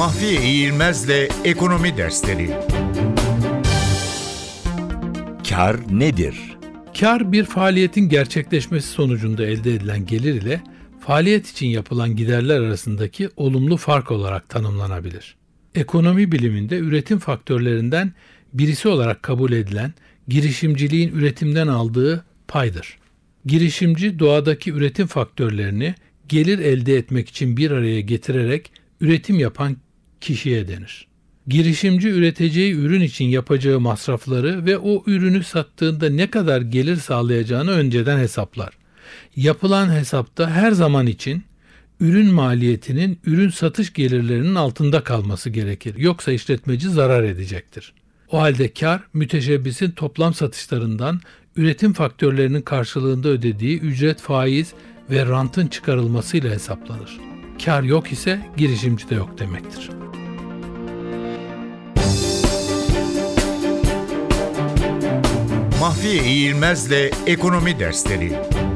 Mahfiye İğilmez'le Ekonomi Dersleri. Kar nedir? Kar bir faaliyetin gerçekleşmesi sonucunda elde edilen gelir ile faaliyet için yapılan giderler arasındaki olumlu fark olarak tanımlanabilir. Ekonomi biliminde üretim faktörlerinden birisi olarak kabul edilen girişimciliğin üretimden aldığı paydır. Girişimci doğadaki üretim faktörlerini gelir elde etmek için bir araya getirerek üretim yapan kişiye denir. Girişimci üreteceği ürün için yapacağı masrafları ve o ürünü sattığında ne kadar gelir sağlayacağını önceden hesaplar. Yapılan hesapta her zaman için ürün maliyetinin ürün satış gelirlerinin altında kalması gerekir. Yoksa işletmeci zarar edecektir. O halde kar, müteşebbisin toplam satışlarından üretim faktörlerinin karşılığında ödediği ücret, faiz ve rantın çıkarılmasıyla hesaplanır. Kar yok ise girişimci de yok demektir. Mahfiye İğilmez'le Ekonomi Dersleri.